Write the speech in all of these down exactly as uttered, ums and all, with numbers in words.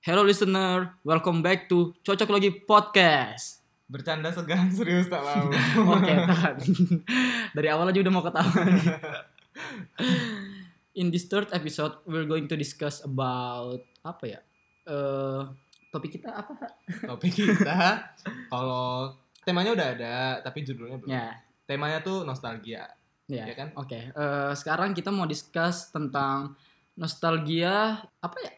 Hello listener, welcome back to Cocok Logi Podcast. Bercanda segan, serius tak mau. Oke, tahan. Dari awal aja udah mau ketawa nih. In this third episode, we're going to discuss about apa ya? Uh, topik kita apa? Topik kita, kalau temanya udah ada, tapi judulnya belum. Ya. Temanya tuh nostalgia. Ya, ya kan? Oke. Okay. Uh, sekarang kita mau discuss tentang nostalgia apa ya?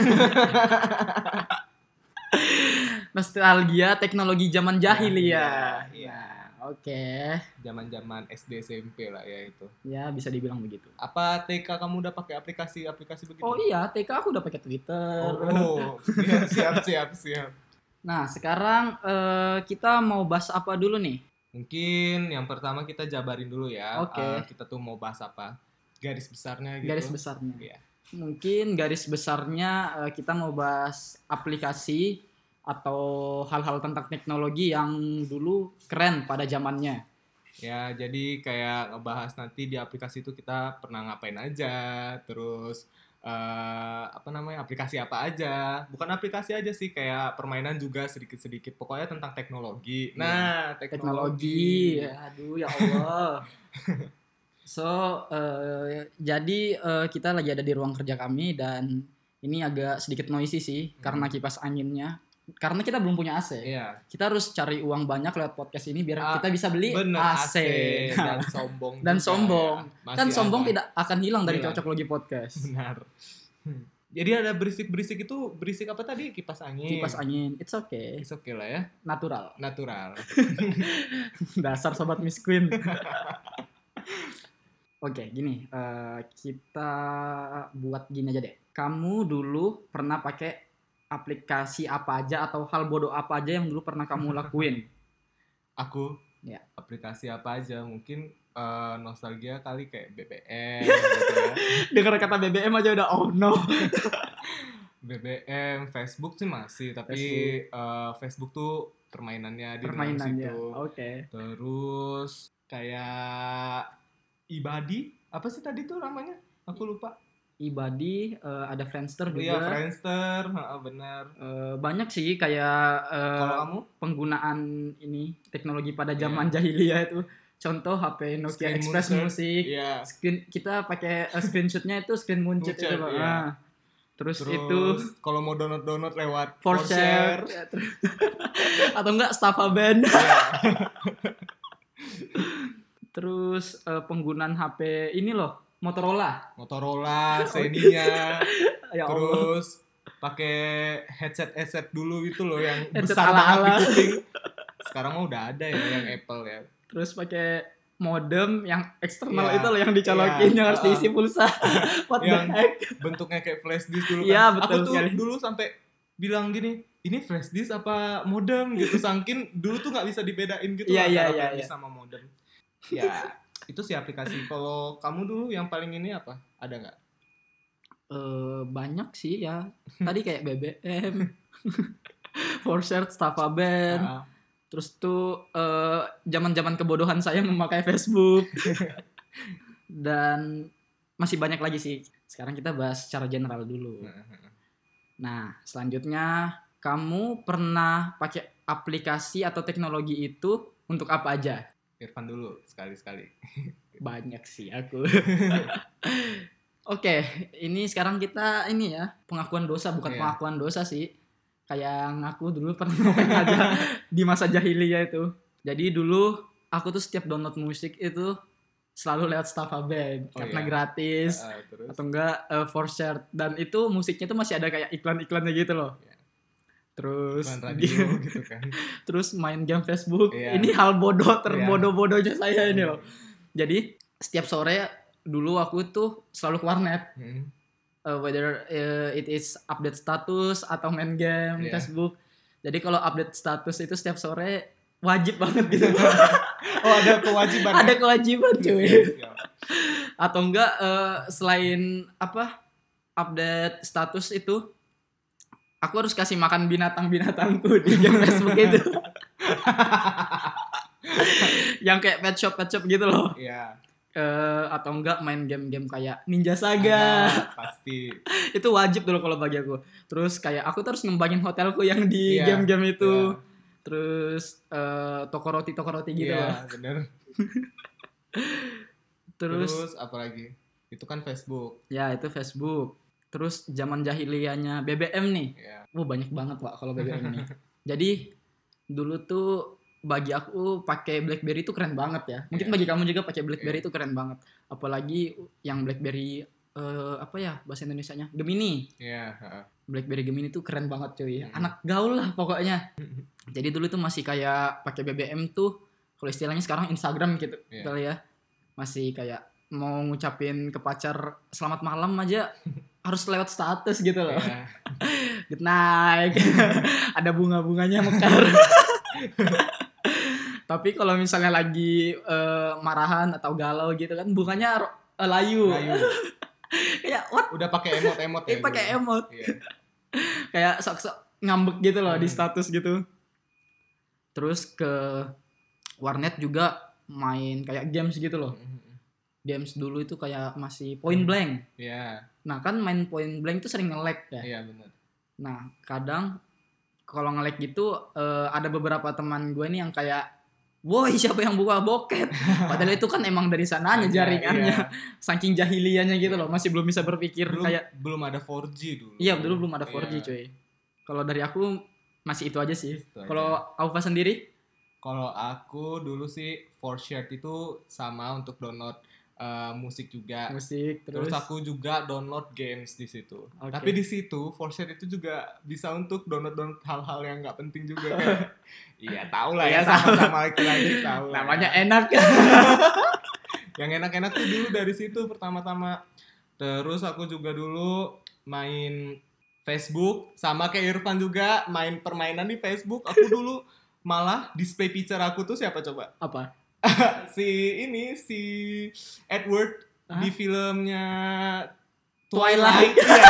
Nostalgia teknologi zaman jahiliyah. Iya. Ya. Oke. Okay. Zaman-zaman S D S M P lah ya itu. Ya, bisa dibilang begitu. Apa T K kamu udah pakai aplikasi-aplikasi begitu? Oh iya, T K aku udah pakai Twitter. Oh, ya, siap siap siap. Nah, sekarang uh, kita mau bahas apa dulu nih? Mungkin yang pertama kita jabarin dulu ya. Oke. Okay. Uh, kita tuh mau bahas apa? Garis besarnya gitu. Garis besarnya. Iya. Mungkin garis besarnya uh, kita mau bahas aplikasi atau hal-hal tentang teknologi yang dulu keren pada zamannya. Ya, jadi kayak ngebahas nanti di aplikasi itu kita pernah ngapain aja, terus uh, apa namanya, aplikasi apa aja. Bukan aplikasi aja sih, kayak permainan juga sedikit-sedikit. Pokoknya tentang teknologi. Nah, teknologi. teknologi. Aduh, ya Allah. So, uh, jadi uh, kita lagi ada di ruang kerja kami dan ini agak sedikit noisy sih hmm. karena kipas anginnya. Karena kita belum punya A C. Iya. Kita harus cari uang banyak lewat podcast ini biar ah, kita bisa beli bener, A C. A C. Dan sombong. Dan sombong. Ya. Kan sombong ada. Tidak akan hilang dari hilang. Cocok Logi Podcast. Benar. Hmm. Jadi ada berisik-berisik itu, berisik apa tadi? Kipas angin. Kipas angin. It's okay. It's okay lah ya. Natural. Natural. Dasar sobat Miss Queen. Oke, okay, gini. Uh, kita buat gini aja deh. Kamu dulu pernah pakai aplikasi apa aja atau hal bodoh apa aja yang dulu pernah kamu lakuin? Aku? Ya. Aplikasi apa aja? Mungkin uh, nostalgia kali kayak B B M gitu ya. Dengar kata B B M aja udah oh no. B B M, Facebook sih masih, tapi Facebook, uh, Facebook tuh permainannya di dalam situ. Oke. Okay. Terus kayak Ibadi, apa sih tadi tuh namanya? Aku lupa. Ibadi, uh, ada Friendster juga. Iya, Friendster, benar. Uh, banyak sih kayak uh, kalau kamu penggunaan ini teknologi pada zaman yeah. jahiliyah itu. Contoh H P Nokia Screen Express Music. Yeah. Screen, kita pakai uh, screenshotnya itu screen muncul itu, Pak. Yeah. Terus, terus itu kalau mau download-download lewat ForShare ya, atau enggak Staffa Band. Yeah. Terus uh, penggunaan H P ini loh. Motorola, Motorola, Xenia, ya terus pakai headset headset dulu itu loh yang headset besar ala-ala. banget di kuping. Sekarang mah udah ada ya yang Apple ya. Terus pakai modem yang eksternal ya, itu loh yang dicolokin ya, yang harus diisi pulsa. What yang the heck? Bentuknya kayak flash disk dulu kan. Iya, betul Aku tuh sekali. dulu sampai bilang gini, ini flash disk apa modem gitu. Saking dulu tuh nggak bisa dibedain gitu ya, lah ya, antara ya, flash disk ya. sama modem. Ya. Itu sih aplikasi. Kalau kamu dulu yang paling ini apa? Ada nggak? Uh, banyak sih ya. Tadi kayak B B M, ForShare, Staffa Band. Uh. Terus tuh uh, zaman-zaman kebodohan saya memakai Facebook. Dan masih banyak lagi sih. Sekarang kita bahas secara general dulu. Nah, selanjutnya kamu pernah pakai aplikasi atau teknologi itu untuk apa aja? Irfan dulu sekali-sekali. Banyak sih aku. Oke, ini sekarang kita ini ya pengakuan dosa bukan yeah. pengakuan dosa sih. Kayak ngaku dulu pernah ngapain aja di masa jahiliyah itu. Jadi dulu aku tuh setiap download musik itu selalu lewat Staffa Band oh, karena yeah. gratis uh, uh, atau enggak uh, ForShare dan itu musiknya tuh masih ada kayak iklan-iklannya gitu loh. Yeah. Terus radio gitu kan. Terus main game Facebook. Yeah. Ini hal bodoh terbodoh-bodohnya saya ini loh. Jadi setiap sore dulu aku tuh selalu ke warnet. Hmm. Uh, whether uh, it is update status atau main game yeah. Facebook. Jadi kalau update status itu setiap sore wajib banget gitu. Oh, ada kewajiban. Ada kewajiban cuy. Yes, yes. Atau enggak uh, selain apa? Update status itu aku harus kasih makan binatang-binatangku di game Facebook itu. Yang kayak pet shop pet shop gitu loh. Iya. uh, atau enggak main game-game kayak Ninja Saga. Ada, pasti. Itu wajib dulu kalau bagi aku. Terus kayak aku terus ngembangin hotelku yang di Iya, game-game itu. iya. Terus uh, toko roti toko roti gitu Iya, loh. bener. Terus, Terus apa lagi? Itu kan Facebook. ya itu Facebook. Terus zaman jahiliyahnya B B M nih. Iya. Wah banyak banget Pak kalau B B M nih. Jadi dulu tuh bagi aku pakai BlackBerry itu keren banget ya. Mungkin Iya. bagi kamu juga pakai BlackBerry Iya. itu keren banget. Apalagi yang BlackBerry eh, apa ya bahasa Indonesianya? Gemini. Iya, heeh. BlackBerry Gemini tuh keren banget cuy. Mm. Anak gaul lah pokoknya. Jadi dulu tuh masih kayak pakai B B M tuh kalau istilahnya sekarang Instagram gitu Iya. kali ya. Masih kayak mau ngucapin ke pacar selamat malam aja harus lewat status gitu loh. Iya. Good night. Ada bunga-bunganya mekar. Tapi kalau misalnya lagi eh, marahan atau galau gitu kan bunganya ro- eh, layu. Layu. Kayak what? Udah pakai emot-emot ya. Eh, pakai dulu. emot. Iya. Kayak sok-sok ngambek gitu loh di Hmm. status gitu. Terus ke warnet juga main kayak games gitu loh. Games dulu itu kayak masih point blank. Iya. Nah kan main point blank tuh sering nge-lag ya. Iya, benar. Nah kadang kalau nge-lag gitu eh, ada beberapa teman gue nih yang kayak woi siapa yang buka bokep. Padahal itu kan emang dari sananya Iya, jaringannya. iya. Saking jahilianya gitu loh. Masih belum bisa berpikir Belum, kayak belum ada four G dulu. iya dulu belum ada four G Iya. cuy. Kalau dari aku masih itu aja sih. Itu aja. Kalau Aufa sendiri? Kalau aku dulu sih for shared itu sama untuk download uh, musik juga. Musik Terus, terus. aku juga download games di situ. Oke. Tapi di situ for share itu juga bisa untuk download download hal-hal yang nggak penting juga kan. Iya tahu lah ya Iya, tahu. sama-sama laki-laki tahu. lah. Namanya enak. Yang enak-enak tuh dulu dari situ pertama-tama. Terus aku juga dulu main Facebook sama kayak Irfan juga main permainan di Facebook. Aku dulu malah display picture aku tuh siapa coba? Apa? Si ini si Edward Hah? di filmnya Twilight. Iya.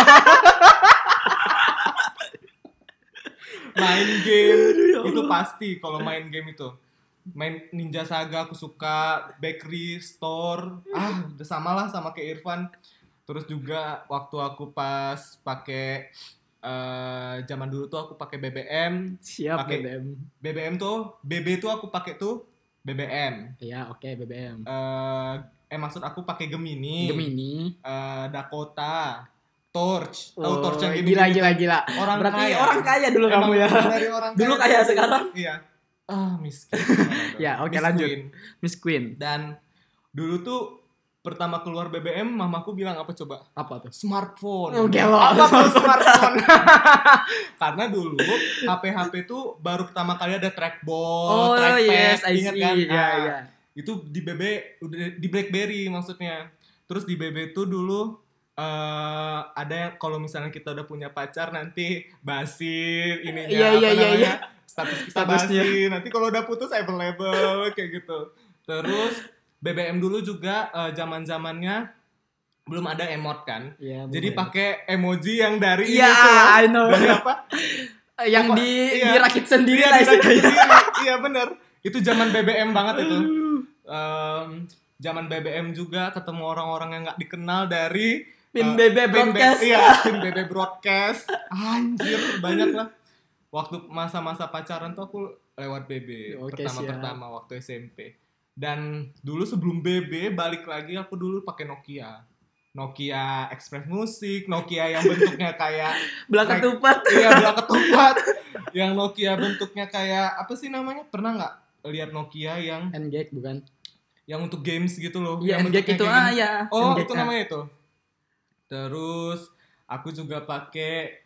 Main game itu pasti kalau main game itu. Main Ninja Saga aku suka, Bakery Store. Ah, udah sama lah sama kayak Irfan. Terus juga waktu aku pas pakai eh, zaman dulu tuh aku pakai B B M. Siap Pakai- B B M. B B M tuh, B B tuh aku pakai tuh B B M. Iya, oke B B M. Eh, eh maksud aku pakai Gemini, Gemini. eh, Dakota, Torch. Tahu Oh, Torch yang gini? gila gila gila. Orang Berarti kaya. orang kaya dulu Emang kamu ya. dari orang Dulu kaya sekarang? Iya. Ah, miskin. Ya, oke, Miss lanjut. Queen. Miss Queen. Dan dulu tuh pertama keluar B B M, mamaku bilang apa coba? Apa tuh? Smartphone. Oh, gelo. Apa tuh smartphone? Karena dulu H P H P tuh baru pertama kali ada Oh, trackball, trackpad, yes, I ingat see. kan? Iya, Ah, iya. Itu di B B, udah di BlackBerry maksudnya. Terus di B B tuh dulu eh ada yang kalau misalnya kita udah punya pacar nanti basin ininya Iya, apa iya, iya, namanya, iya. status kita Statusnya. basin. Nanti kalau udah putus available kayak gitu. Terus B B M dulu juga eh, zaman-zamannya belum ada emot kan. Iya. Jadi boleh. pakai emoji yang dari Iya, ini tuh. I know. Dari apa? Yang Apa? di Iya. dirakit sendiri Iya, lah dirakit istilahnya. sendiri. Iya bener. Itu zaman B B M banget itu. Em, zaman B B M juga ketemu orang-orang yang nggak dikenal dari Pin eh, B B pin broadcast. Iya, pin B B broadcast. Anjir, banyak lah. Waktu masa-masa pacaran tuh aku lewat B B Oke, pertama-pertama waktu S M P. Dan dulu sebelum B B balik lagi aku dulu pakai Nokia. Nokia Express Music, Nokia yang bentuknya kayak Belah Like- ketupat. iya belah ketupat. Yang Nokia bentuknya kayak apa sih namanya? Pernah nggak lihat Nokia yang N-Gag bukan? yang untuk games gitu loh? Iya, yang N-Gag bentuknya itu kayak ah gini. ya. Oh, N-Gag, itu ah. namanya itu. Terus aku juga pakai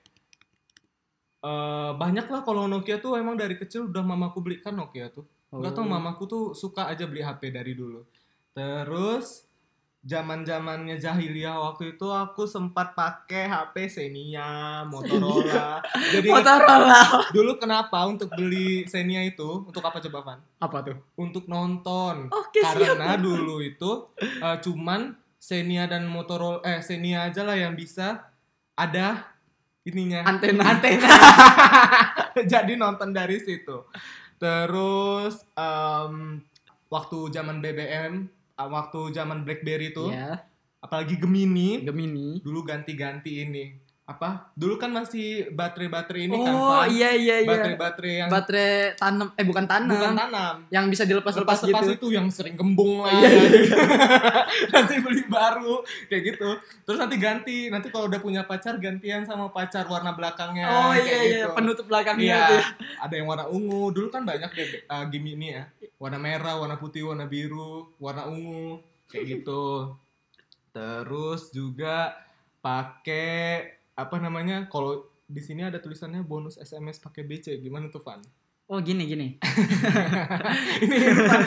eh banyak lah kalau Nokia tuh emang dari kecil udah mamaku belikan Nokia tuh. Enggak tau Oh. mamaku tuh suka aja beli H P dari dulu. Terus zaman-zamannya jahiliyah waktu itu aku sempat pakai H P Xenia, Motorola. Jadi Motorola. dulu kenapa untuk beli Xenia itu untuk apa coba Van? Apa tuh? Untuk nonton. Oke, siap. Karena dulu itu eh, cuman Xenia dan Motorola eh Xenia aja lah yang bisa ada ininya Antena. antena. Jadi nonton dari situ. Terus em, waktu zaman B B M waktu zaman BlackBerry tuh, Iya. apalagi Gemini, Gemini. dulu ganti-ganti ini. Apa? Dulu kan masih baterai-baterai ini Oh, kan, Van. iya iya iya. Baterai-baterai yang Baterai tanam eh bukan tanam. bukan tanam. Yang bisa dilepas-lepas Lepas-lepas gitu. itu yang sering gembung lah. Iya, iya, iya. Nanti beli baru kayak gitu. Terus nanti ganti. Nanti kalau udah punya pacar gantian sama pacar warna belakangnya. Oh kayak iya iya, gitu. penutup belakangnya Iya, tuh. ada yang warna ungu. Dulu kan banyak deh uh, game ini ya. Warna merah, warna putih, warna biru, warna ungu kayak gitu. Terus juga pakai apa namanya? Kalau di sini ada tulisannya bonus S M S pakai B C. Gimana tuh, Van? Oh gini gini. Ini Irfan.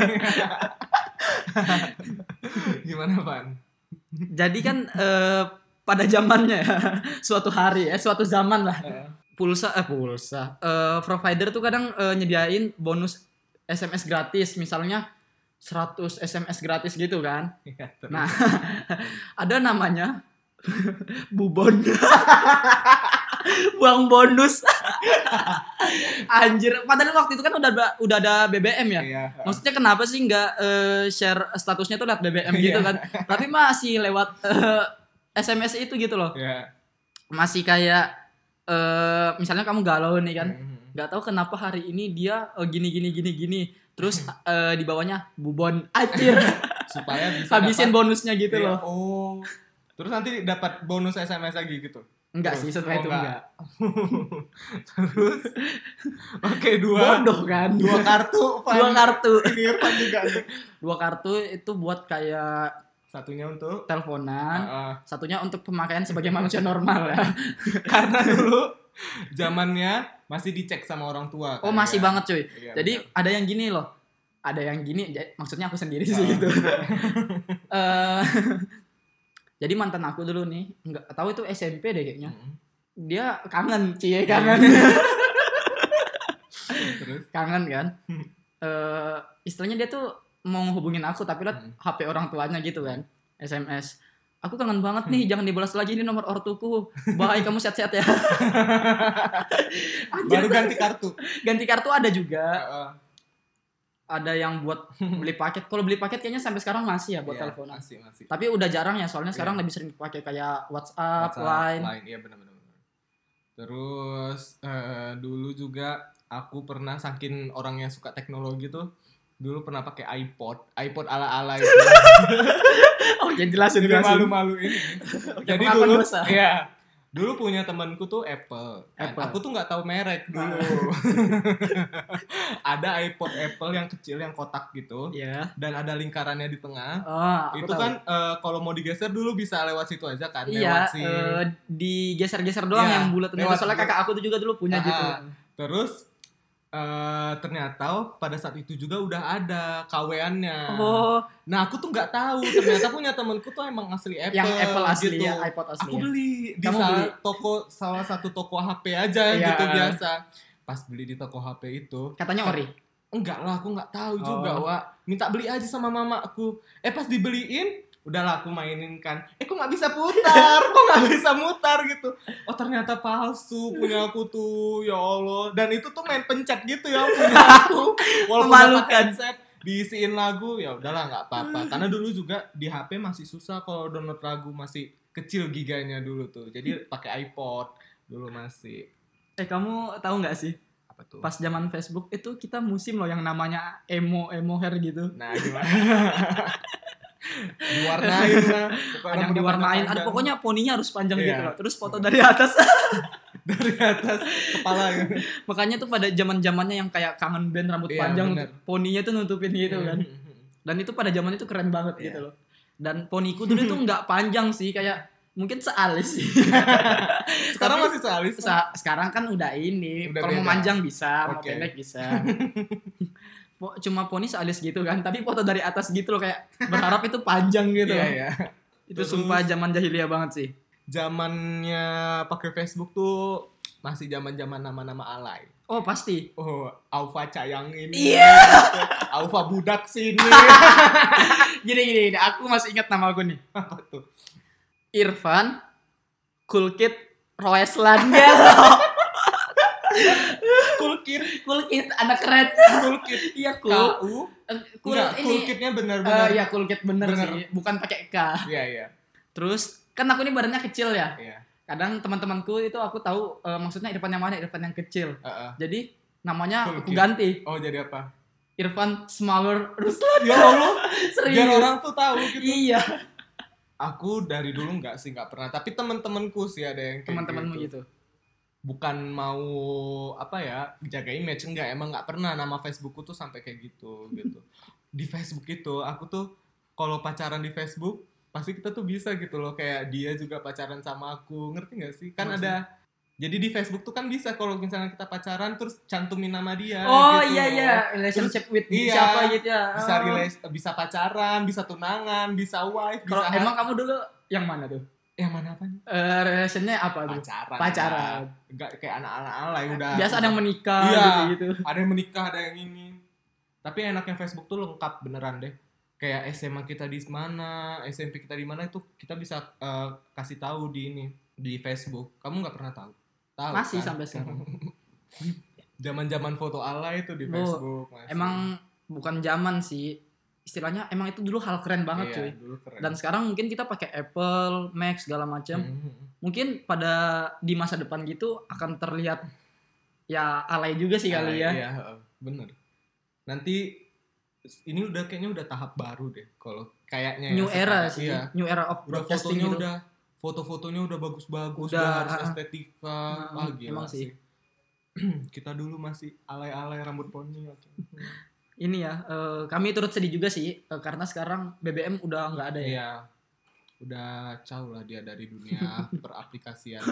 Gimana, Van? Jadi kan eh, pada zamannya ya, suatu hari ya, suatu zaman lah. Pulsa eh pulsa. Eh, provider tuh kadang eh, nyediain bonus S M S gratis, misalnya seratus S M S gratis gitu kan. Iya, terus. Nah, ada namanya Bubon. Buang bonus. Anjir, padahal waktu itu kan udah ada, udah ada B B M ya. Iya. Maksudnya kenapa sih nggak eh, share statusnya tuh lewat B B M gitu Iya. kan? Tapi masih lewat eh, S M S itu gitu loh. Iya. Masih kayak eh, misalnya kamu galau nih kan, Mhm. nggak tahu kenapa hari ini dia eh, gini gini gini gini. Terus eh, di bawahnya Bubon. Anjir. Supaya bisa Habisin dapat- bonusnya gitu Iya. loh. Oh. Terus nanti dapat bonus S M S lagi gitu. Enggak Terus? sih, setelah Oh, itu enggak. enggak. Terus oke dua Bodoh kan. dua kartu, Van. Dua kartu. Ini Irfan juga nih. Dua kartu itu buat kayak Satunya untuk teleponan, uh, satunya untuk pemakaian sebagai manusia normal ya. karena dulu zamannya masih dicek sama orang tua. Oh, kan, masih ya? banget cuy. Iya, Jadi benar. ada yang gini loh. Ada yang gini, j- maksudnya aku sendiri sih Ah. gitu. Eh, jadi mantan aku dulu nih, nggak tahu itu S M P deh kayaknya. Mm. Dia kangen, cie kangen. Terus Kangen kan. Eh, istilahnya dia tuh mau hubungin aku tapi lewat Hmm. H P orang tuanya gitu kan. S M S. Aku kangen banget nih, jangan dibalas lagi, ini nomor ortuku. Bye, kamu sehat-sehat ya. Anjir, baru ganti kartu. ganti kartu ada juga. Uh, Ada yang buat beli paket. Kalau beli paket kayaknya sampai sekarang masih ya buat iya, teleponan. Masih, masih. Tapi udah jarang ya, soalnya sekarang Iya. lebih sering pakai kayak WhatsApp, WhatsApp, Line. Line, iya benar-benar. Terus eh, dulu juga aku pernah saking orang yang suka teknologi tuh, dulu pernah pakai iPod, iPod ala-ala itu. Oh, jadi jelasin Jadi jelasin. malu-malu ini. Jadi pengakuan dulu, dosa. iya. Dulu punya temanku tuh Apple. Kan Apple. aku tuh nggak tahu merek dulu. Ada iPod Apple yang kecil yang kotak gitu, Iya. dan ada lingkarannya di tengah. Oh, aku Itu tahu. kan eh, kalau mau digeser dulu bisa lewat situ aja kan, Iya, lewat si eh, digeser-geser doang Iya, yang bulat. lewat- Soalnya kakak aku tuh juga dulu punya Ah, gitu. Terus eh, ternyata pada saat itu juga udah ada K W-annya. Oh, Nah aku tuh nggak tahu ternyata punya temenku tuh emang asli Apple. yang Apple asli gitu. ya, iPod asli. Aku ya. beli di Kamu salah beli? toko salah satu toko H P aja Iya. gitu biasa. Pas beli di toko H P itu, Katanya ori. enggak lah aku nggak tahu juga, Oh. Wak. Minta beli aja sama mama aku. Eh pas dibeliin, udahlah aku mainin kan. Eh kok nggak bisa putar? Kok nggak bisa mutar gitu? Oh ternyata palsu punya aku tuh, ya Allah. Dan itu tuh main pencet gitu ya punya aku. Walaupun udah Memalukan. pakai headset, diisiin lagu, ya udahlah nggak apa-apa. Karena dulu juga di H P masih susah kalau download lagu, masih kecil giganya dulu tuh. Jadi pakai iPod dulu masih. Eh, kamu tahu nggak sih? Apa tuh? Pas zaman Facebook itu kita musim loh yang namanya emo emo hair gitu. Nah gimana? Diwarnain lah. Pokoknya Ada yang rambutnya diwarnain, ada panjang. pokoknya poninya harus panjang Iya. gitu loh. Terus foto dari atas. Dari atas kepala gitu. Makanya tuh pada zaman-zamannya yang kayak kangen band rambut Iya, panjang, bener. poninya tuh nutupin gitu kan. Dan itu pada zaman itu keren banget Iya. gitu loh. Dan poniku dulu tuh nggak panjang sih, kayak mungkin sealis sih. Sekarang Tapi masih sealis. Sa- sekarang kan udah ini, Udah kalau mau beda. manjang bisa, mau Oke. pendek bisa. Po- Cuma poni sealis gitu kan, tapi foto dari atas gitu loh, kayak berharap itu panjang gitu. Iya loh. ya. Itu Terus- sumpah zaman jahiliyah banget sih. Zamannya pakai Facebook tuh masih zaman-zaman nama-nama alay. Oh pasti. Oh, Aufa Cayang ini. Iya. Aufa budak sini. Gini gini, gini. Aku masih ingat nama aku nih. Apa tuh? Irfan, Cool Kid, Roeslan gitu. Cool Kid. Cool Kid, anak keren. Cool Kid. Iya K cool. U. Cool Enggak, ini. Cool Kid-nya benar-benar. Uh, ya Cool Kid bener, bener sih, bukan pakai K. Iya, iya. Terus kan aku ini badannya kecil ya. Iya. Kadang teman-temanku itu aku tahu uh, maksudnya Irfan yang mana, Irfan yang kecil. Uh-uh. Jadi namanya Cool aku Kid. ganti. Oh, jadi apa? Irfan Smaller Ruslan. Ya Allah. Serius. Biar orang tuh tahu gitu. Iya. Aku dari dulu nggak sih, nggak pernah. Tapi teman-temanku sih ada yang kayak Teman-temanmu gitu. gitu. Bukan mau apa ya, jaga image, enggak, emang nggak pernah nama Facebookku tuh sampai kayak gitu gitu. Di Facebook itu aku tuh kalau pacaran di Facebook pasti kita tuh bisa gitu loh, kayak dia juga pacaran sama aku, ngerti nggak sih? Kan Maksud? ada, jadi di Facebook tuh kan bisa kalau misalnya kita pacaran terus cantumin nama dia. Oh gitu iya loh. iya, relationship with Iya, siapa gitu ya. Bisa Oh. relate, bisa pacaran, bisa tunangan, bisa wife, Kalau bisa. emang kamu dulu yang mana tuh? Yang mana apanya? Uh, relationnya apa tuh? Pacaran. Pacaran. Enggak kayak anak-anak alay udah. Biasa ada yang menikah Iya, gitu-gitu. ada yang menikah, ada yang ini. Tapi enaknya Facebook tuh lengkap beneran deh. Kayak S M A kita di mana, S M P kita di mana itu kita bisa uh, kasih tahu di ini di Facebook. Kamu nggak pernah tahu? Tahu Masih kan? sampai sekarang. Zaman-zaman foto alay itu di Oh, Facebook. Masih. Emang bukan zaman sih. Istilahnya emang itu dulu hal keren banget iya, cuy. Dulu keren. Dan sekarang mungkin kita pakai Apple, Mac segala macam. Mm-hmm. Mungkin pada di masa depan gitu akan terlihat ya alay juga sih kali Alay, ya. Iya, bener. Nanti ini udah kayaknya udah tahap baru deh kalau kayaknya New ya, era sekarang. sih. Iya. New era of Udah broadcasting fotonya gitu. udah foto-fotonya udah bagus-bagus, Udah, udah harus uh, estetika. uh, ah gila emang sih. sih. Kita dulu masih alay-alay rambut poni. Ini ya, uh, kami turut sedih juga sih uh, karena sekarang B B M udah nggak ada ya. Iya. Udah jauh lah dia dari dunia peraplikasian.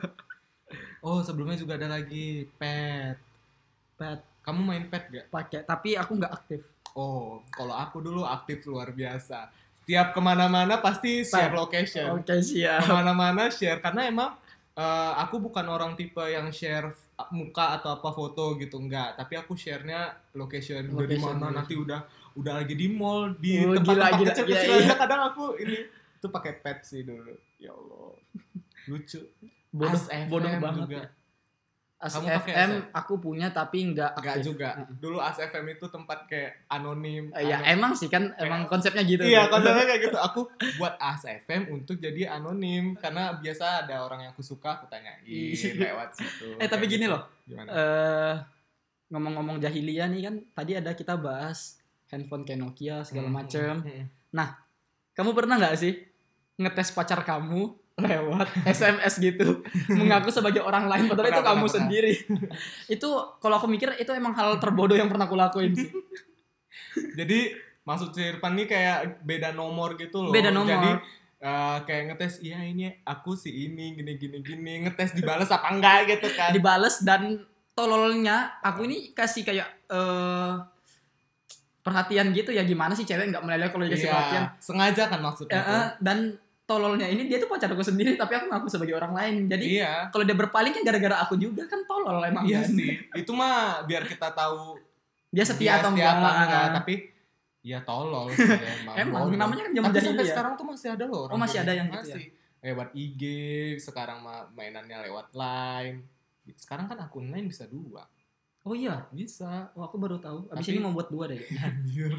Oh, sebelumnya juga ada lagi pet. Pet Kamu main pet gak? pakai, tapi aku nggak aktif. Oh, kalau aku dulu aktif luar biasa. Setiap kemana-mana pasti share location. Oke, siap. Kemana-mana share. Karena emang uh, aku bukan orang tipe yang share muka atau apa foto gitu, enggak. Tapi aku share-nya location. Udah di Location, mana, location. nanti udah udah lagi di mall, di Oh, tempat-tempat gila, kecil-kecil gila, aja. iya. Kadang aku ini itu pakai pet sih dulu. Ya Allah. Lucu. Bodoh, As F M bodoh banget juga. ya. As Kamu F pakai M A S F? aku punya tapi nggak Enggak aktif. juga. Dulu A S F M itu tempat kayak anonim. Uh, ya anonim. emang sih kan emang konsepnya gitu. Iya, konsepnya kayak gitu. Aku buat A S F M untuk jadi anonim karena biasa ada orang yang aku suka aku tanyain lewat situ. Eh tapi Kayak gini gitu. loh. Gimana? Eh ngomong-ngomong jahiliyah nih kan tadi ada kita bahas handphone kayak Nokia segala Hmm, macem. hmm, hmm. Kamu pernah nggak sih ngetes pacar kamu lewat S M S gitu mengaku sebagai orang lain padahal Pernah, itu kamu pernah, sendiri. Itu kalau aku mikir itu emang hal terbodoh yang pernah aku lakuin sih. Jadi maksud si Irfan nih kayak beda nomor gitu loh. Beda nomor. Jadi uh, kayak ngetes iya ini aku si ini gini gini gini ngetes dibales apa enggak gitu kan. Dibales dan tololnya aku ini kasih kayak eh perhatian gitu ya, gimana sih cewek nggak meleleh kalau dikasih Iya, perhatian. sengaja kan maksudnya Eh, tuh. eh, dan tololnya ini dia tuh pacarku sendiri tapi aku ngaku sebagai orang lain. Jadi Iya. kalau dia berpaling kan gara-gara aku juga kan tolol emang. Iya kan. sih. Itu mah biar kita tahu Dia setia atau setia enggak. apa enggak, tapi ya tolol sih emang. Emang bodoh. namanya kan zaman Tapi sampai jahiliyah. sekarang tuh masih ada loh orang. Oh, masih kayak ada gitu. yang gitu masih. Lewat I G, sekarang mah mainannya lewat Line. Sekarang kan akun Line bisa dua. Oh iya, Bisa. oh, aku baru tahu. Abis Tapi- ini mau buat dua deh. Anjir.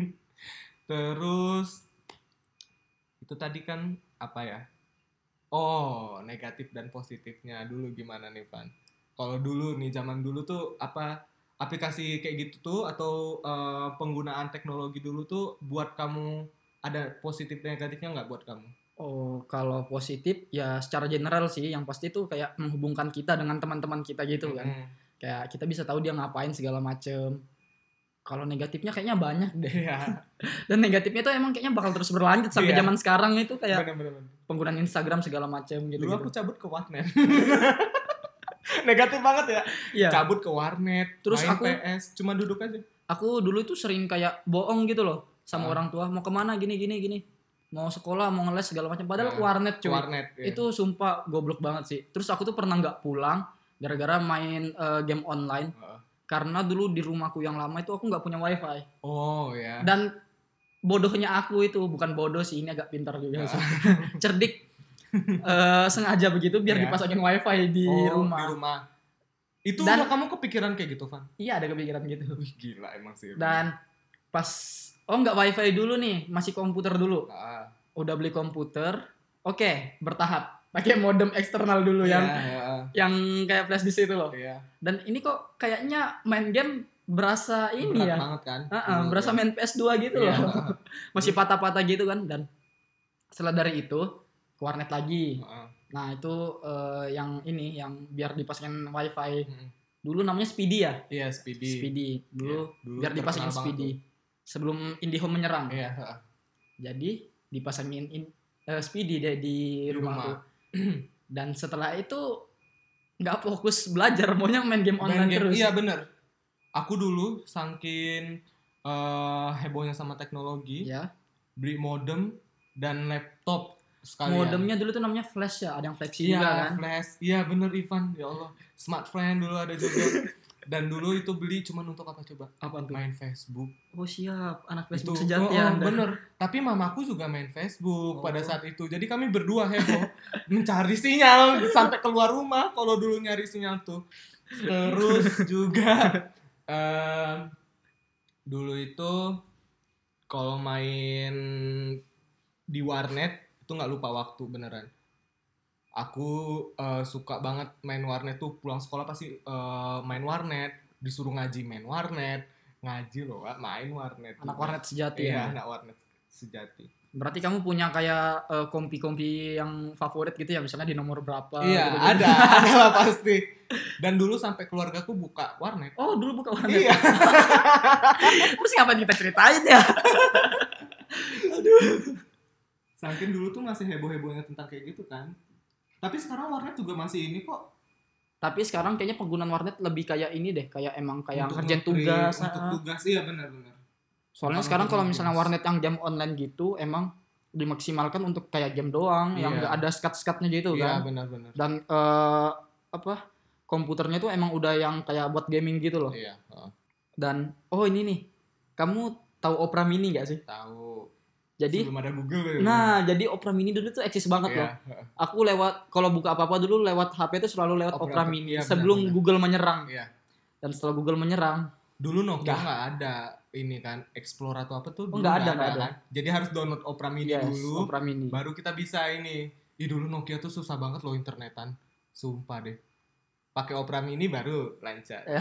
Terus itu tadi kan apa ya? Oh, negatif dan positifnya dulu gimana nih, Van? Kalau dulu nih zaman dulu tuh apa aplikasi kayak gitu tuh atau eh, penggunaan teknologi dulu tuh buat kamu ada positif negatifnya nggak buat kamu? Oh, kalau positif ya secara general sih, yang pasti tuh kayak menghubungkan kita dengan teman-teman kita gitu kan. Mm-mm. Kayak kita bisa tahu dia ngapain segala macem. Kalau negatifnya kayaknya banyak deh. Iya. Dan negatifnya tuh emang kayaknya bakal terus berlanjut sampai Iya. zaman sekarang itu kayak Bener-bener. penggunaan Instagram segala macem gitu. Dulu aku cabut ke warnet. Negatif banget ya. Iya. Cabut ke warnet, Terus main aku- P S, cuma duduk aja. Aku dulu tuh sering kayak bohong gitu loh sama Ah. orang tua, mau kemana gini gini gini. Mau sekolah, mau ngeles segala macam. Padahal Ah, ke warnet Ke cuy. warnet. ya. Itu sumpah goblok banget sih. Terus aku tuh pernah nggak pulang gara-gara main eh, game online. Heeh. Karena dulu di rumahku yang lama itu aku nggak punya wifi. Oh ya. Dan bodohnya aku itu, bukan bodoh sih, ini agak pintar juga sih. Cerdik. Eh, sengaja begitu biar Iya. dipasangin wifi di oh, rumah. Di rumah. Itu Dan- udah kamu kepikiran kayak gitu, Van? Iya ada kepikiran gitu. Wih, gila emang sih. Dan pas oh nggak wifi dulu nih, masih komputer dulu. Ah, Udah beli komputer, oke bertahap. Pakai modem eksternal dulu iya, yang iya, yang kayak flash disk itu loh. iya. Dan ini kok kayaknya main game berasa ini Berat ya. banget kan? Uh-uh, Dulu berasa kan. main P S dua gitu Iya, loh. heeh. Masih patah-patah gitu kan. Dan setelah dari itu ke warnet lagi. Heeh. Nah itu eh, yang ini yang biar dipasangin wifi. Mm-mm. Dulu namanya Speedy ya. Iya, Speedy. Speedy. Dulu, Iya, dulu biar dipasangin terkenal banget Speedy. Sebelum IndiHome menyerang. Iya, heeh. Jadi dipasangin in, eh, Speedy deh di, Di rumahku. rumah. Dan setelah itu nggak fokus belajar, maunya main game online Main game. terus. Iya, bener. Aku dulu saking eh, hebohnya sama teknologi, Ya. beli modem dan laptop sekalian. Modemnya dulu tuh namanya flash ya, ada yang flexi Iya, juga kan. flash. Iya, bener Ivan. Ya Allah. Smart friend dulu ada juga. Dan dulu itu beli cuma untuk apa coba? Apa tuh? Main Facebook. Oh siap, anak Facebook Itu, sejati oh, ya. oh, Anda. bener. Tapi mamaku juga main Facebook Oh. pada saat itu. Jadi kami berdua heboh mencari sinyal sampai keluar rumah kalau dulu nyari sinyal tuh. Terus juga em, dulu itu kalau main di warnet itu nggak lupa waktu beneran. Aku eh, suka banget main warnet tuh, pulang sekolah pasti eh, main warnet, disuruh ngaji main warnet, ngaji loh, Wak, main warnet. Anak juga. warnet sejati Iya, ya. anak warnet sejati. Berarti kamu punya kayak eh, kompi-kompi yang favorit gitu ya, misalnya di nomor berapa Iya, gitu-gitu. ada, ada lah pasti. Dan dulu sampai keluargaku buka warnet. Oh, dulu buka warnet. Iya. Terus ngapain kita ceritain ya? Saking dulu tuh masih heboh-hebohnya tentang kayak gitu kan. Tapi sekarang warnet juga masih ini kok. Tapi sekarang kayaknya penggunaan warnet lebih kayak ini deh, kayak emang kayak Untuk ngerjain nge-print, tugas. Untuk ah. tugas, iya benar-benar. Soalnya Bukan sekarang untuk kalau nge-games. misalnya warnet yang jam online gitu, emang dimaksimalkan untuk kayak game doang, yang Iya. nggak ada skat-skatnya gitu Iya, kan. benar-benar. Dan eh, apa komputernya tuh emang udah yang kayak buat gaming gitu loh. Iya, heeh. Dan oh ini nih, kamu tahu Opera Mini nggak sih? Tahu. Jadi, Sebelum ada Google ya. nah jadi Opera Mini dulu tuh eksis banget loh. Iya, heeh. Aku lewat kalau buka apa-apa dulu lewat H P tuh selalu lewat Opera- Opera Mini iya, sebelum benar-benar. Google menyerang. Iya. Dan setelah Google menyerang, Dulu Nokia Nggak. nggak ada ini kan, Explore atau apa tuh Oh, dulu nggak ada, nggak nggak ada. kan. Jadi harus download Opera Mini yes, dulu, Opera Mini. baru kita bisa ini. Ih, dulu Nokia tuh susah banget loh internetan. Sumpah deh. Pakai Opera Mini baru lancar. Ya.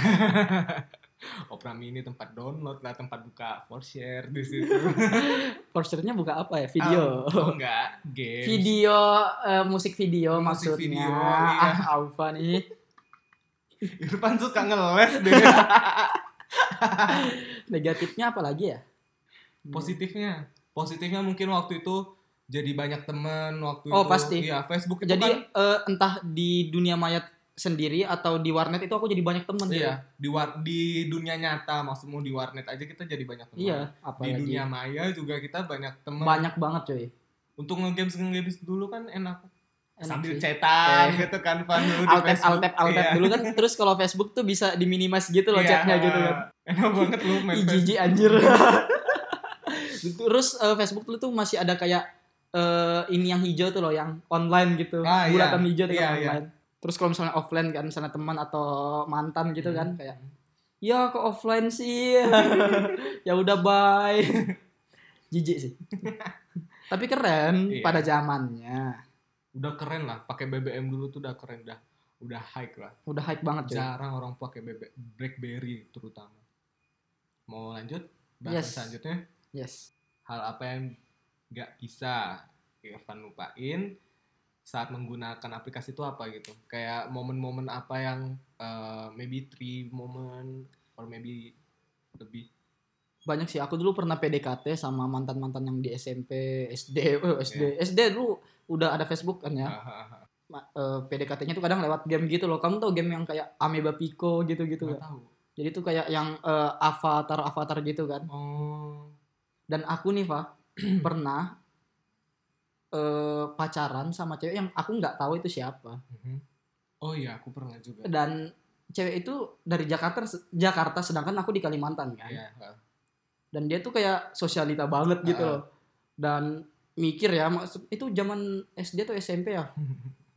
Opera Mini tempat download lah, tempat buka for share di situ. Posternya buka apa ya? Video. Oh, enggak, game. Video eh, musik video Musik maksudnya. video, iya. Ah, Alfa nih. Irfan suka ngeles deh. Negatifnya apa lagi ya? Positifnya, positifnya mungkin waktu itu jadi banyak teman waktu Oh, itu. pasti. Iya, Facebook itu Jadi kan. eh, entah di dunia maya sendiri atau di warnet itu aku jadi banyak temen gitu. Iya, di war di dunia nyata, maksudmu di warnet aja kita jadi banyak teman. Iya, Di apalagi dunia maya juga kita banyak teman. banyak banget coy. Untuk nge-games nge-games dulu kan enak. Enak Sambil sih. cetan Eh. gitu kan, Van, dulu di Alt tab, Facebook. alt tab, alt tab. Iya. Dulu kan terus kalau Facebook tuh bisa diminimize gitu loh Iya, chatnya gitu kan. Enak banget lu main Ih, Facebook. jijik anjir. Terus eh, Facebook dulu tuh masih ada kayak eh, ini yang hijau tuh loh, yang online gitu. Ah, iya. Bulatan hijau tuh Iya, yang iya. online. Terus kalau misalnya offline kan, misalnya teman atau mantan gitu kan, Hmm. kayak ya kok offline sih. Ya udah bye. Jijik sih. Tapi keren Iya. pada zamannya. Udah keren lah, pakai B B M dulu tuh udah keren dah. Udah high lah. Udah hype banget coy. Jarang orang pakai B B BlackBerry terutama. Mau lanjut? Bahasan Yes. selanjutnya. Yes. Hal apa yang nggak bisa Irfan lupain saat menggunakan aplikasi itu apa gitu? Kayak momen-momen apa yang uh, maybe three moment or maybe lebih. Banyak sih. Aku dulu pernah P D K T sama mantan-mantan yang di S M P, S D, oh, S D. S D dulu udah ada Facebook kan ya. Hahaha. Ma- eh, P D K T-nya tuh kadang lewat game gitu loh. Kamu tau game yang kayak Ameba Pico gitu-gitu Nggak kan? tahu. Jadi tuh kayak yang eh, avatar-avatar gitu kan. Oh. Dan aku nih, Fa, pernah eh, pacaran sama cewek yang aku nggak tahu itu siapa. Mhm. Oh iya, aku pernah juga. Dan cewek itu dari Jakarta Jakarta sedangkan aku di Kalimantan kan. Iya. ha. Dan dia tuh kayak sosialita banget gitu Ah. loh. Dan mikir ya, maksud itu zaman S D atau S M P ya.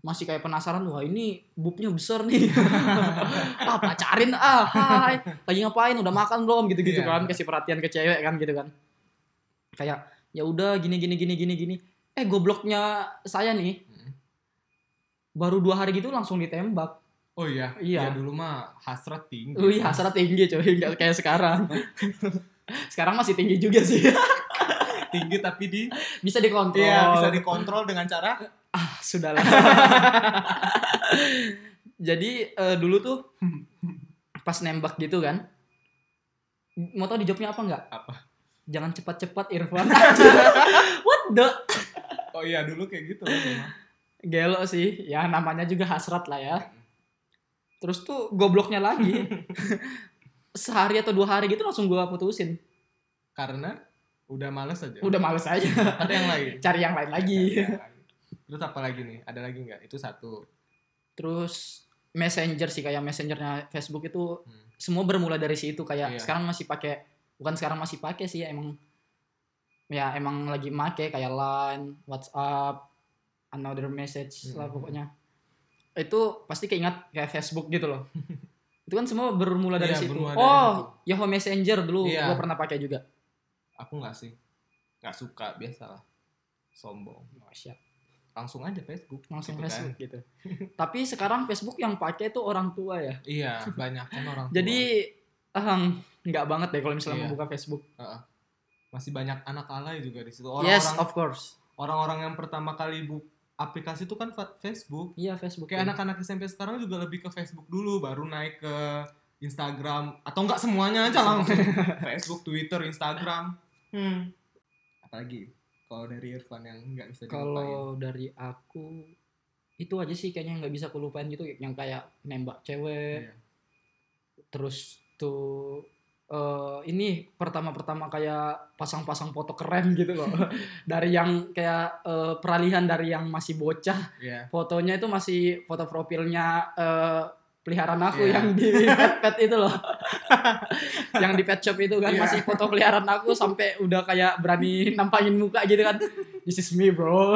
masih kayak penasaran, wah ini boobnya besar nih. Ah pacarin ah, hai. Lagi ngapain? Udah makan belum? Gitu-gitu Iya. kan, kasih perhatian ke cewek kan gitu kan. Kayak ya udah gini gini gini gini gini. Eh gobloknya saya nih Hmm. baru dua hari gitu langsung ditembak. Oh iya, Iya. ya dulu mah hasrat tinggi. Wih, hasrat tinggi coy, enggak kayak sekarang. Sekarang masih tinggi juga sih. Tinggi tapi di Bisa dikontrol. iya, bisa dikontrol dengan cara Ah, sudahlah. Jadi uh, dulu tuh pas nembak gitu kan. Mau tau dijawabnya apa enggak? apa? Jangan cepat-cepat Irfan. What the? Oh iya, dulu kayak gitu lah memang. Gelo sih. Ya namanya juga hasrat lah ya. Terus tuh gobloknya lagi. Sehari atau dua hari gitu langsung gua putusin. Karena udah males aja. Udah males aja. Ada yang lain. Cari yang lain lagi. Terus apa lagi nih? Ada lagi nggak? Itu satu. Terus Messenger sih, kayak Messengernya Facebook itu Hmm. semua bermula dari situ. Kayak Iya. sekarang masih pakai, bukan sekarang masih pakai sih, emang ya emang lagi make kayak Line, WhatsApp, another message lah Hmm. pokoknya. Itu pasti keingat kayak Facebook gitu loh. Itu kan semua bermula dari Iya, situ. bermula dari Oh, situ. Yahoo Messenger dulu Iya. gua pernah pakai juga. Aku nggak sih. Nggak suka, biasalah. Sombong. Oh, siap. Langsung aja Facebook. Langsung gitu Facebook kan. gitu. Tapi sekarang Facebook yang pakai tuh orang tua ya. Iya, banyak kan orang tua. Jadi ah, nggak banget deh kalau misalnya Iya. membuka Facebook. Uh-uh. Masih banyak anak alay juga di situ. Yes, Orang-orang of course. orang-orang yang pertama kali bu aplikasi itu kan fa- Facebook. Iya, Facebook. Kayak anak-anak S M P sekarang juga lebih ke Facebook dulu, baru naik ke Instagram, atau enggak semuanya aja langsung. Facebook, Twitter, Instagram. Hmm. Apalagi kalau dari Irfan yang nggak bisa dilupain. Kalau dari aku itu aja sih kayaknya nggak bisa aku lupain gitu, yang kayak nembak cewek. Iya. Terus tuh eh ini pertama-pertama kayak pasang-pasang foto keren gitu loh. Dari yang kayak eh, peralihan dari yang masih bocah, Iya. fotonya itu masih foto profilnya eh, peliharaan aku Iya. yang di pet pet itu loh. Yang di pet shop itu kan Iya. masih foto peliharaan aku sampai udah kayak berani nampangin muka gitu kan. This is me bro.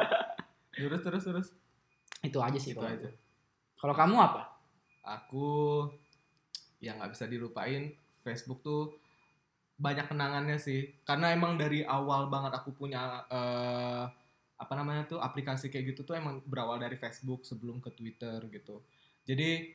Terus terus terus. Itu aja sih Itu kalau aja. aku. Kalau kamu apa? Aku yang nggak bisa dilupain, Facebook tuh banyak kenangannya sih. Karena emang dari awal banget aku punya eh, apa namanya tuh aplikasi kayak gitu tuh emang berawal dari Facebook sebelum ke Twitter gitu. Jadi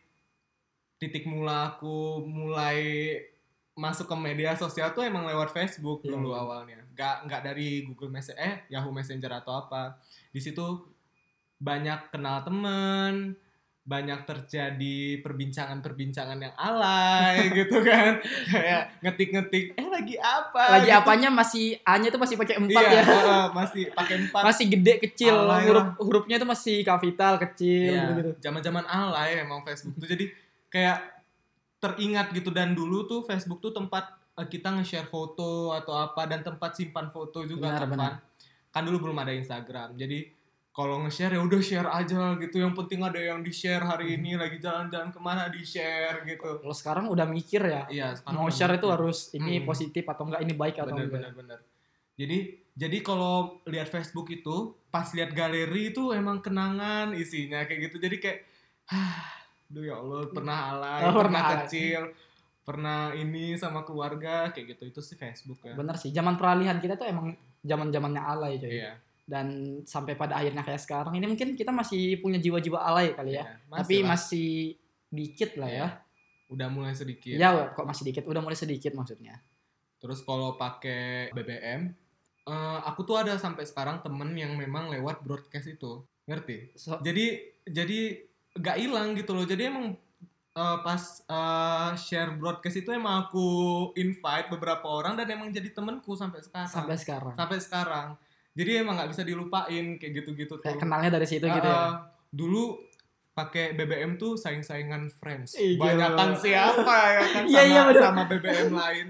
titik mula aku mulai masuk ke media sosial tuh emang lewat Facebook Iya, dulu iya. awalnya. Nggak nggak dari Google Messenger, eh Yahoo Messenger atau apa. Di situ banyak kenal temen, banyak terjadi perbincangan-perbincangan yang alay gitu kan. Kayak ngetik-ngetik, eh lagi apa? Lagi gitu. apanya masih A-nya tuh masih pakai empat Iya, ya. heeh, masih pakai empat. Masih gede kecil, Alay huruf lah. hurufnya tuh masih kapital kecil Iya, gitu. zaman-zaman alay emang Facebook tuh. Jadi kayak teringat gitu, dan dulu tuh Facebook tuh tempat eh, kita nge-share foto atau apa, dan tempat simpan foto juga Benar, kan. benar. Kan dulu belum ada Instagram. Jadi kalau nge-share ya udah share aja gitu. Yang penting ada yang di-share hari ini, lagi jalan-jalan kemana di-share gitu. Kalau sekarang udah mikir ya, Iya, sekarang mau udah share itu mikir. harus ini Hmm. positif atau enggak, ini baik atau Bener, enggak. bener, bener. Jadi jadi kalau lihat Facebook itu, pas lihat galeri itu emang kenangan isinya kayak gitu. Jadi kayak, hah, duh ya Allah, pernah alay, Oh, pernah pernah alay. kecil, pernah ini sama keluarga kayak gitu. Itu sih Facebook ya. Bener sih, zaman peralihan kita tuh emang zaman-zamannya alay coy. Iya. Dan sampai pada akhirnya kayak sekarang ini mungkin kita masih punya jiwa-jiwa alay kali ya. Iya, Tapi lah. masih dikit lah Iya. ya. Udah mulai sedikit. Iya, kok masih dikit? Udah mulai sedikit maksudnya. Terus kalau pakai B B M, eh, aku tuh ada sampai sekarang temen yang memang lewat broadcast itu, ngerti? So, Jadi jadi gak hilang gitu loh. Jadi emang eh, pas eh, share broadcast itu emang aku invite beberapa orang, dan emang jadi temenku sampai sekarang. sampai sekarang. Sampai sekarang. Jadi emang nggak bisa dilupain kayak gitu-gitu tuh. Kayak kenalnya dari situ gitu Eh, ya. eh, Dulu pakai B B M tuh saing-saingan friends. Ih, gila. Banyakan siapa ya kan Iya, sama, iya, bener. sama B B M lain.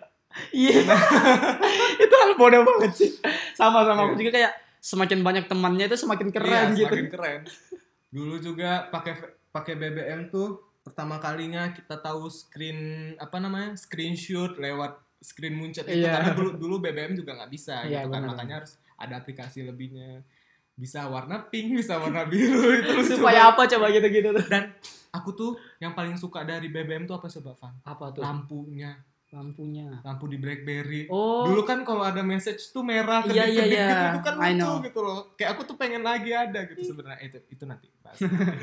Iya. Itu hal bodoh banget sih. Sama-sama aku Iya. juga kayak semakin banyak temannya itu semakin keren Iya, gitu. semakin keren. Dulu juga pakai pakai B B M tuh pertama kalinya kita tahu screen apa namanya? Screenshot lewat screen muncet itu, Iya. karena dulu dulu B B M juga nggak bisa Iya, gitu kan. benar. Makanya harus ada aplikasi lebihnya. bisa warna pink, bisa warna biru itu lucu Supaya banget. apa coba gitu-gitu tuh? Dan aku tuh yang paling suka dari B B M tuh apa coba, Van? Apa tuh? Lampunya. Lampunya. Lampu di BlackBerry. Oh. Dulu kan kalau ada message tuh merah Iya, iya, kedip-kedip iya. gitu itu kan I lucu know. gitu loh. Kayak aku tuh pengen lagi ada gitu sebenarnya. Itu itu nanti bahas.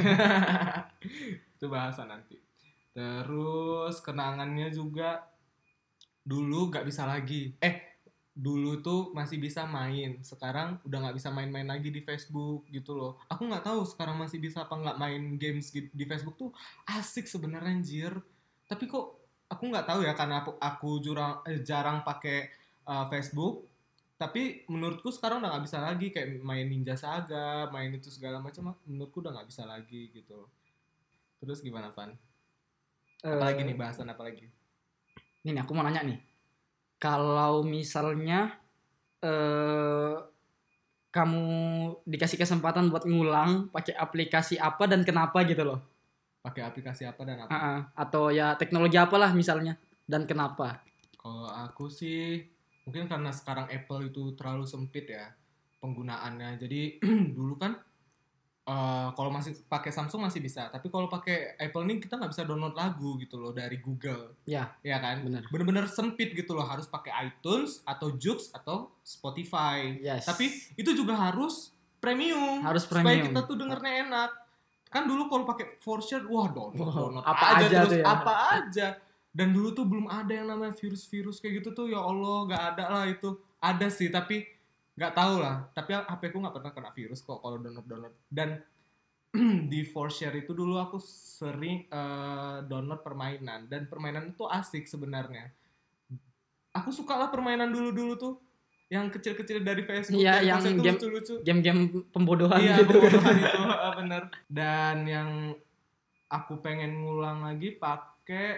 Itu bahasan nanti. Terus kenangannya juga dulu gak bisa lagi. Eh, dulu tuh masih bisa main, sekarang udah nggak bisa main-main lagi di Facebook gitu loh. Aku nggak tahu sekarang masih bisa apa nggak main games di Facebook tuh asik sebenarnya anjir. Tapi kok aku nggak tahu ya karena aku, aku jurang, eh, jarang pakai uh, Facebook. Tapi menurutku sekarang udah nggak bisa lagi kayak main Ninja Saga, main itu segala macam. Menurutku udah nggak bisa lagi gitu loh. Terus gimana Van? Apalagi Uh, nih bahasan apa lagi? Nih aku mau nanya nih. Kalau misalnya eh, kamu dikasih kesempatan buat ngulang pakai aplikasi apa dan kenapa gitu loh? Pakai aplikasi apa dan apa? Uh-uh. Atau ya teknologi apalah misalnya dan kenapa? Kalau aku sih mungkin karena sekarang Apple itu terlalu sempit ya penggunaannya. Jadi dulu kan Uh, kalau masih pakai Samsung masih bisa, tapi kalau pakai Apple nih kita nggak bisa download lagu gitu loh dari Google, ya, ya kan? Bener. Bener-bener sempit gitu loh, harus pakai iTunes atau Joox atau Spotify. Yes. Tapi itu juga harus premium, harus supaya premium. kita tuh dengernya enak. Kan dulu kalau pakai ForShare, wah download, wow, download apa aja, aja terus tuh ya. apa aja. Dan dulu tuh belum ada yang namanya virus-virus kayak gitu tuh, ya Allah, nggak ada lah itu. Ada sih, tapi nggak tahu lah. Tapi H P ku nggak pernah kena virus kok kalau download-download. Dan di ForShare itu dulu aku sering uh, download permainan. Dan permainan itu asik sebenarnya. Aku suka lah permainan dulu-dulu tuh. Yang kecil-kecil dari Facebook. Iya, dari yang itu game, lucu-lucu. Game-game pembodohan iya, gitu. Iya, pembodohan itu, bener. Dan yang aku pengen ngulang lagi pakai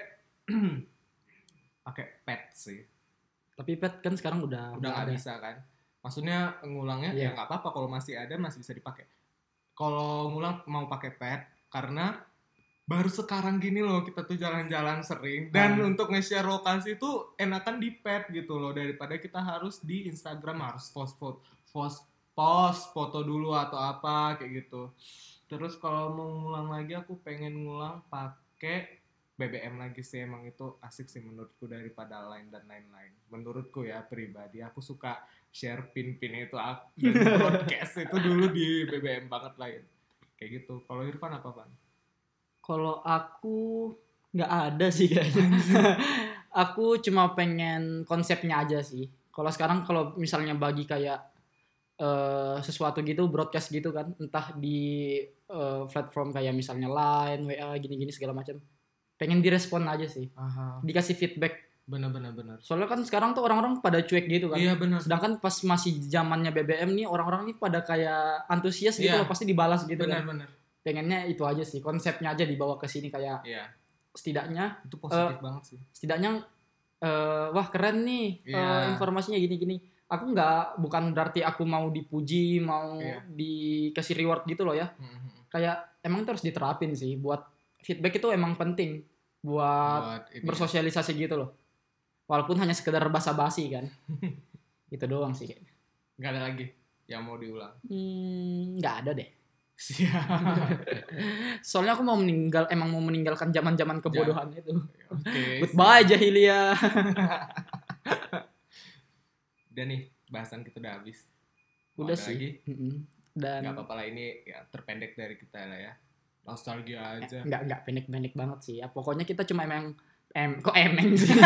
pakai pet sih. Tapi pet kan sekarang udah udah nggak bisa kan. Maksudnya ngulangnya yeah. ya nggak apa-apa kalau masih ada masih bisa dipakai. Kalau ngulang mau pakai pet karena baru sekarang gini loh kita tuh jalan-jalan sering dan hmm. untuk nge-share lokasi itu enakan di pet gitu loh daripada kita harus di Instagram harus post post post post foto dulu atau apa kayak gitu. Terus kalau mau ngulang lagi aku pengen ngulang pakai B B M lagi sih, emang itu asik sih menurutku daripada Line dan lain-lain. Menurutku ya pribadi, aku suka share pin-pin itu dan broadcast itu dulu di B B M banget lah ya. Kayak gitu. Kalau Irfan apa, Pan? Kalau aku nggak ada sih kayaknya. Aku cuma pengen konsepnya aja sih. Kalau sekarang kalau misalnya bagi kayak Uh, sesuatu gitu broadcast gitu kan entah di uh, platform kayak misalnya Line, W A gini-gini segala macam pengen direspon aja sih. Aha. Dikasih feedback. Benar-benar benar. Soalnya kan sekarang tuh orang-orang pada cuek gitu kan. Iya benar. Sedangkan pas masih zamannya B B M nih orang-orang nih pada kayak antusias gitu iya. loh pasti dibalas gitu benar, kan. Benar-benar. Pengennya itu aja sih konsepnya aja dibawa ke sini kayak. Iya. Setidaknya itu positif uh, banget sih. Setidaknya uh, wah keren nih yeah. uh, informasinya gini-gini. Aku nggak bukan berarti aku mau dipuji mau yeah. dikasih reward gitu loh ya. Mm-hmm. Kayak emang itu harus diterapin sih buat feedback itu emang penting buat, buat bersosialisasi ya. Gitu loh. Walaupun hanya sekedar basa-basi kan. Itu doang sih kayaknya. Nggak ada lagi yang mau diulang. Hmm, nggak ada deh. Soalnya aku mau meninggal emang mau meninggalkan zaman-zaman kebodohan ya. Itu. Okay, goodbye jahiliyah. Udah nih bahasan kita udah habis. Udah sih. Lagi? Dan nggak apa-apa lah ini ya terpendek dari kita lah ya. Nostalgia aja. Eh, nggak nggak pendek-pendek banget sih. Ya, pokoknya kita cuma emang em kok emeng sih.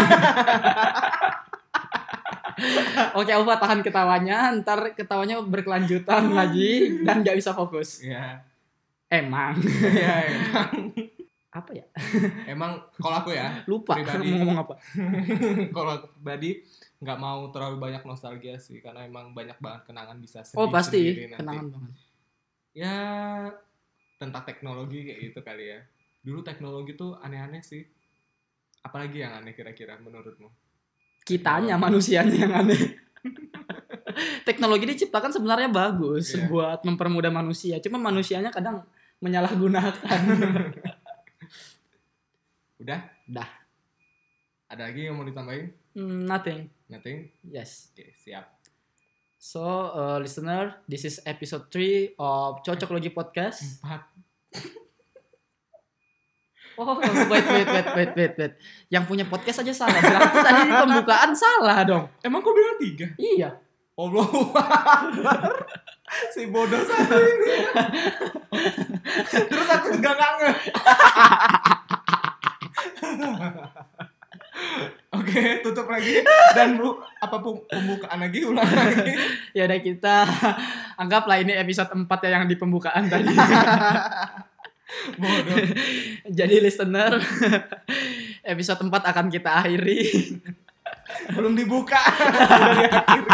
Oke, Alfa tahan ketawanya, ntar ketawanya berkelanjutan lagi dan nggak bisa fokus. Iya. Emang. Iya emang. Apa ya? Emang kalau aku ya. Lupa pribadi, mau ngomong apa. Kalau aku pribadi nggak mau terlalu banyak nostalgia sih, karena emang banyak banget kenangan bisa sedih. Oh pasti, nanti. Kenangan banget. Ya tentang teknologi kayak gitu kali ya. Dulu teknologi tuh aneh-aneh sih. Apalagi yang aneh kira-kira menurutmu? Kitanya manusianya yang aneh. Teknologi diciptakan sebenarnya bagus yeah. buat mempermudah manusia. Cuma manusianya kadang menyalahgunakan. Udah? Udah. Ada lagi yang mau ditambahin? Mm, nothing. Nothing? Yes. Oke, siap. So, uh, listener, this is episode three of Cocok Logi Podcast. Empat. Oh, wait, wait, wait, wait, wait, wait. Yang punya podcast aja salah. Berarti tadi pembukaan salah dong. Emang kau bilang tiga? Iya. Allahu Akbar. Si bodoh satu ini. Terus aku juga nggak nge. Oke, tutup lagi. Dan bu, apa pembukaan lagi, ulang lagi. Ya udah, kita anggaplah ini episode empat ya yang di pembukaan tadi. Bodoh. Jadi listener, episode empat akan kita akhiri. Belum dibuka. Udah diakhiri.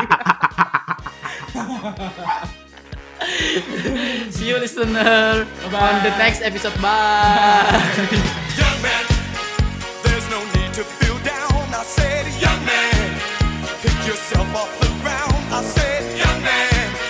See you listener. Bye. On the next episode. Bye. Young man, there's no need to feel down. I said, young man, pick yourself off the ground. I said, young man.